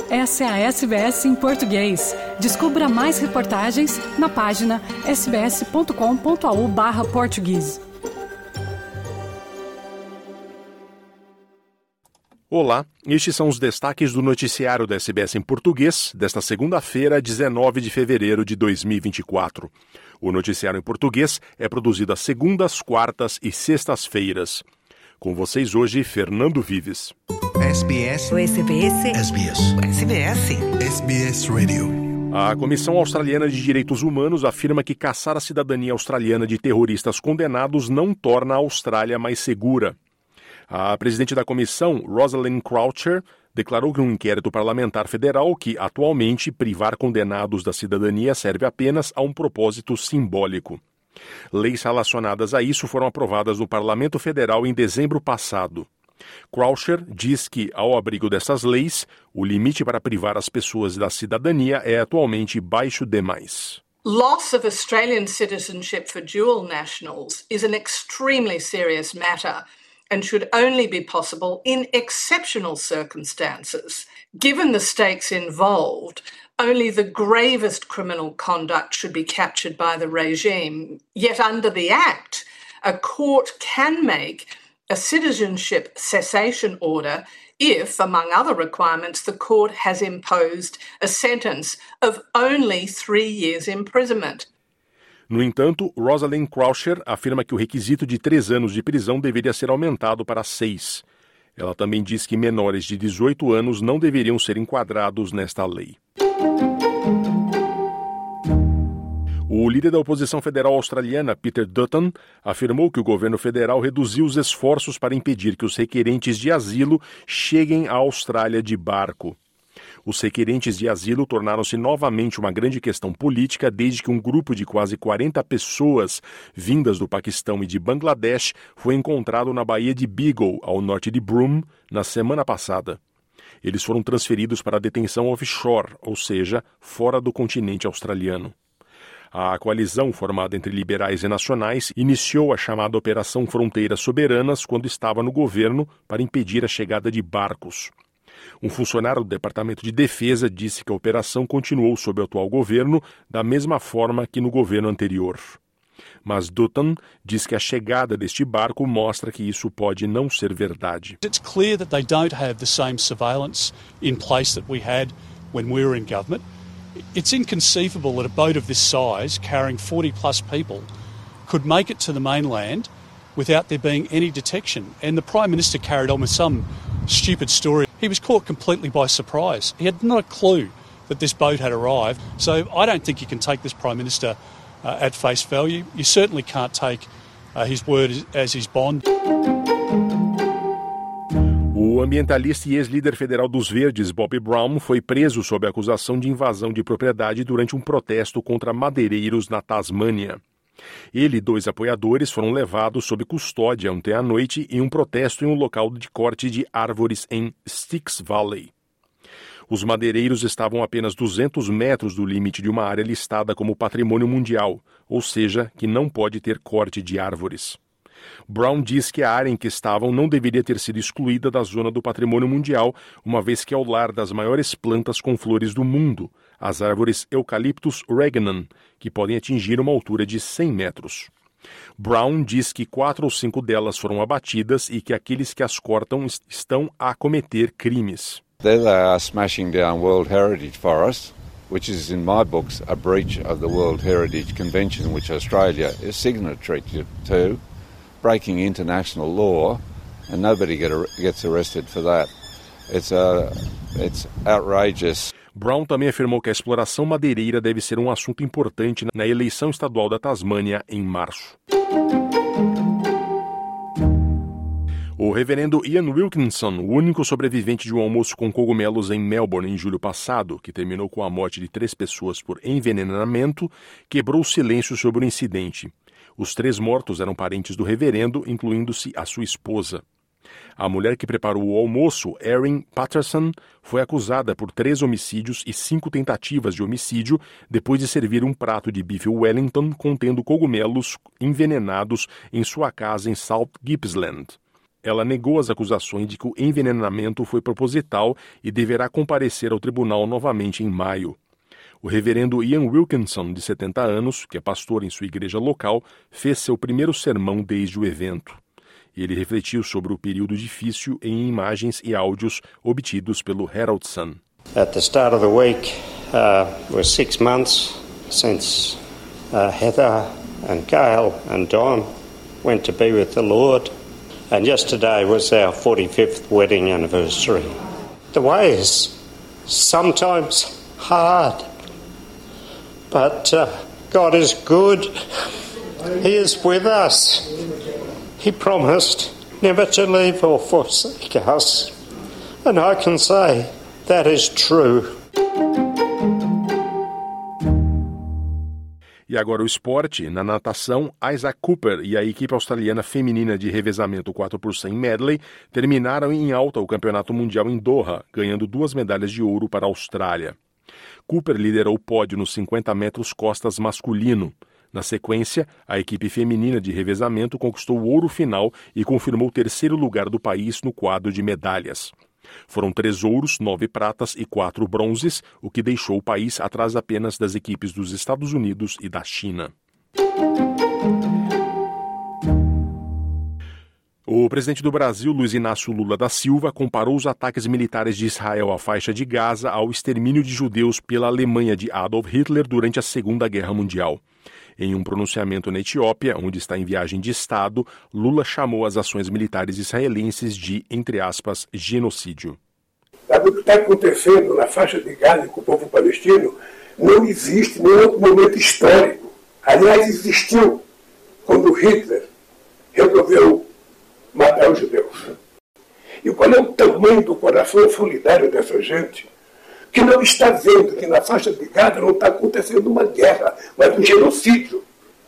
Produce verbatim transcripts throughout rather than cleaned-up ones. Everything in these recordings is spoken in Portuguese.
Essa é a S B S em português. Descubra mais reportagens na página sbs.com.au barra português. Olá, estes são os destaques do noticiário da S B S em português desta segunda-feira, dezenove de fevereiro de dois mil e vinte e quatro. O noticiário em português é produzido às segundas, quartas e sextas-feiras. Com vocês hoje, Fernando Vives. S B S. O S B S. S B S. O S B S. S B S Radio. A Comissão Australiana de Direitos Humanos afirma que caçar a cidadania australiana de terroristas condenados não torna a Austrália mais segura. A presidente da comissão, Rosalind Croucher, declarou que um inquérito parlamentar federal que, atualmente, privar condenados da cidadania serve apenas a um propósito simbólico. Leis relacionadas a isso foram aprovadas no Parlamento Federal em dezembro passado. Croucher diz que, ao abrigo dessas leis, o limite para privar as pessoas da cidadania é atualmente baixo demais. Loss of Australian citizenship for dual nationals is an extremely serious matter and should only be possible in exceptional circumstances. Given the stakes involved, only the gravest criminal conduct should be captured by the regime. Yet under the Act, a court can make a citizenship cessation order if, among other requirements, the court has imposed a sentence of only three years imprisonment. No entanto, Rosalind Croucher afirma que o requisito de três anos de prisão deveria ser aumentado para seis. Ela também diz que menores de dezoito anos não deveriam ser enquadrados nesta lei. O líder da oposição federal australiana, Peter Dutton, afirmou que o governo federal reduziu os esforços para impedir que os requerentes de asilo cheguem à Austrália de barco. Os requerentes de asilo tornaram-se novamente uma grande questão política desde que um grupo de quase quarenta pessoas vindas do Paquistão e de Bangladesh foi encontrado na Baía de Beagle, ao norte de Broome, na semana passada. Eles foram transferidos para a detenção offshore, ou seja, fora do continente australiano. A coalizão, formada entre liberais e nacionais, iniciou a chamada Operação Fronteiras Soberanas quando estava no governo para impedir a chegada de barcos. Um funcionário do Departamento de Defesa disse que a operação continuou sob o atual governo da mesma forma que no governo anterior. Mas Dutton diz que a chegada deste barco mostra que isso pode não ser verdade. It's clear that they don't have the same surveillance in place that we had when we were in government. It's inconceivable that a boat of this size, carrying forty plus people, could make it to the mainland without there being any detection. And the Prime Minister carried on with some stupid story. He was caught completely by surprise. He had not a clue that this boat had arrived. So I don't think you can take this Prime Minister uh, at face value. You certainly can't take uh, his word as his bond. O ambientalista e ex-líder federal dos Verdes, Bobby Brown, foi preso sob a acusação de invasão de propriedade durante um protesto contra madeireiros na Tasmânia. Ele e dois apoiadores foram levados sob custódia ontem à noite em um protesto em um local de corte de árvores em Styx Valley. Os madeireiros estavam a apenas duzentos metros do limite de uma área listada como patrimônio mundial, ou seja, que não pode ter corte de árvores. Brown diz que a área em que estavam não deveria ter sido excluída da zona do patrimônio mundial, uma vez que é o lar das maiores plantas com flores do mundo, as árvores Eucalyptus regnum, que podem atingir uma altura de cem metros. Brown diz que quatro ou cinco delas foram abatidas e que aqueles que as cortam estão a cometer crimes. There they are smashing down World Heritage Forests, which is in my books a breach of the World Heritage Convention, which Australia is signatory to, breaking international law, and nobody get, gets arrested for that. It's, uh, it's outrageous. Brown também afirmou que a exploração madeireira deve ser um assunto importante na eleição estadual da Tasmânia em março. O reverendo Ian Wilkinson, o único sobrevivente de um almoço com cogumelos em Melbourne em julho passado, que terminou com a morte de três pessoas por envenenamento, quebrou o silêncio sobre o incidente. Os três mortos eram parentes do reverendo, incluindo-se a sua esposa. A mulher que preparou o almoço, Erin Patterson, foi acusada por três homicídios e cinco tentativas de homicídio depois de servir um prato de bife Wellington contendo cogumelos envenenados em sua casa em South Gippsland. Ela negou as acusações de que o envenenamento foi proposital e deverá comparecer ao tribunal novamente em maio. O reverendo Ian Wilkinson, de setenta anos, que é pastor em sua igreja local, fez seu primeiro sermão desde o evento. Ele refletiu sobre o período difícil em imagens e áudios obtidos pelo Herald Sun. At the start of the week uh, was six months since uh, Heather and Gail and Don went to be with the Lord, and yesterday was our forty-fifth wedding anniversary. The way is sometimes hard, but uh, God is good. He is with us. He promised never to leave or forsake us, and I can say that is true. E agora o esporte. Na natação, Isaac Cooper e a equipe australiana feminina de revezamento quatro por cem medley terminaram em alta o Campeonato Mundial em Doha, ganhando duas medalhas de ouro para a Austrália. Cooper liderou o pódio nos cinquenta metros costas masculino. Na sequência, a equipe feminina de revezamento conquistou o ouro final e confirmou o terceiro lugar do país no quadro de medalhas. Foram três ouros, nove pratas e quatro bronzes, o que deixou o país atrás apenas das equipes dos Estados Unidos e da China. O presidente do Brasil, Luiz Inácio Lula da Silva, comparou os ataques militares de Israel à faixa de Gaza ao extermínio de judeus pela Alemanha de Adolf Hitler durante a Segunda Guerra Mundial. Em um pronunciamento na Etiópia, onde está em viagem de Estado, Lula chamou as ações militares israelenses de, entre aspas, genocídio. O que está acontecendo na faixa de Gaza com o povo palestino não existe nenhum momento histórico. Aliás, existiu quando Hitler resolveu matar os judeus. E qual é o tamanho do coração solidário dessa gente que não está vendo que na faixa de Gaza não está acontecendo uma guerra, mas um genocídio.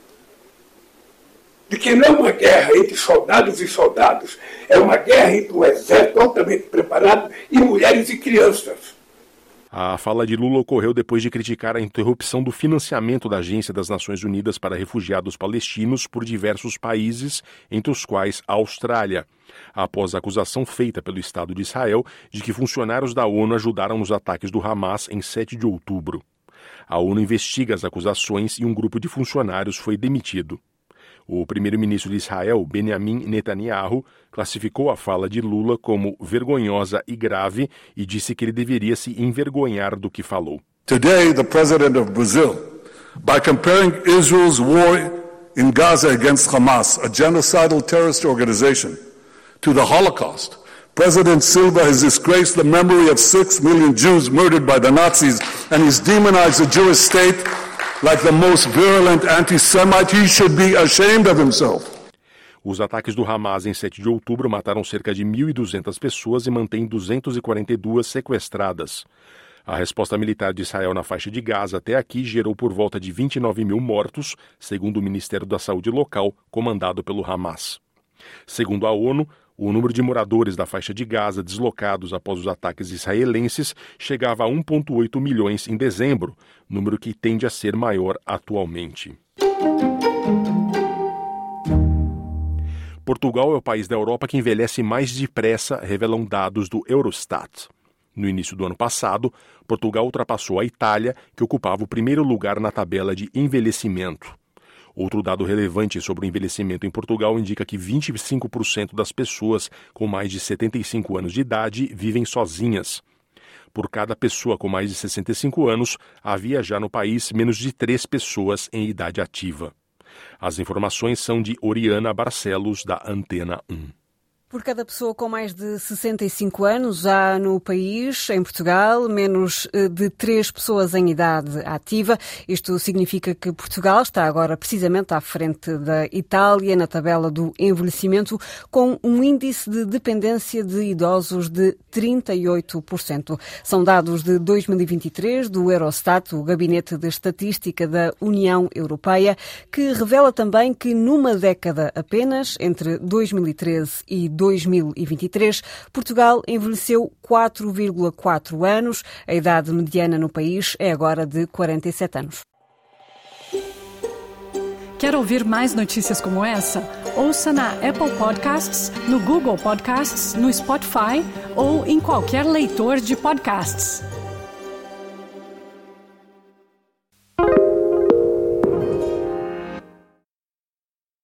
De que não é uma guerra entre soldados e soldados, é uma guerra entre um exército altamente preparado e mulheres e crianças. A fala de Lula ocorreu depois de criticar a interrupção do financiamento da Agência das Nações Unidas para Refugiados Palestinos por diversos países, entre os quais a Austrália, após a acusação feita pelo Estado de Israel de que funcionários da ONU ajudaram nos ataques do Hamas em sete de outubro. A ONU investiga as acusações e um grupo de funcionários foi demitido. O primeiro-ministro de Israel, Benjamin Netanyahu, classificou a fala de Lula como vergonhosa e grave e disse que ele deveria se envergonhar do que falou. Today, the president of Brazil, by comparing Israel's war in Gaza against Hamas, a genocidal terrorist organization, to the Holocaust, President Silva has disgraced the memory of six million Jews murdered by the Nazis, and he's demonized the Jewish state like the most virulent anti-Semite. He should be ashamed of himself. Os ataques do Hamas em sete de outubro mataram cerca de mil e duzentas pessoas e mantêm duzentas e quarenta e duas sequestradas. A resposta militar de Israel na faixa de Gaza até aqui gerou por volta de vinte e nove mil mortos, segundo o Ministério da Saúde local, comandado pelo Hamas. Segundo a ONU, o número de moradores da faixa de Gaza deslocados após os ataques israelenses chegava a um vírgula oito milhões em dezembro, número que tende a ser maior atualmente. Portugal é o país da Europa que envelhece mais depressa, revelam dados do Eurostat. No início do ano passado, Portugal ultrapassou a Itália, que ocupava o primeiro lugar na tabela de envelhecimento. Outro dado relevante sobre o envelhecimento em Portugal indica que vinte e cinco por cento das pessoas com mais de setenta e cinco anos de idade vivem sozinhas. Por cada pessoa com mais de sessenta e cinco anos, havia já no país menos de três pessoas em idade ativa. As informações são de Oriana Barcelos, da Antena um. Por cada pessoa com mais de sessenta e cinco anos, há no país, em Portugal, menos de três pessoas em idade ativa. Isto significa que Portugal está agora precisamente à frente da Itália na tabela do envelhecimento, com um índice de dependência de idosos de trinta e oito por cento. São dados de dois mil e vinte e três do Eurostat, o Gabinete de Estatística da União Europeia, que revela também que numa década apenas, entre dois mil e treze e dois mil e vinte e três, Portugal envelheceu quatro vírgula quatro anos. A idade mediana no país é agora de quarenta e sete anos. Quer ouvir mais notícias como essa? Ouça na Apple Podcasts, no Google Podcasts, no Spotify ou em qualquer leitor de podcasts.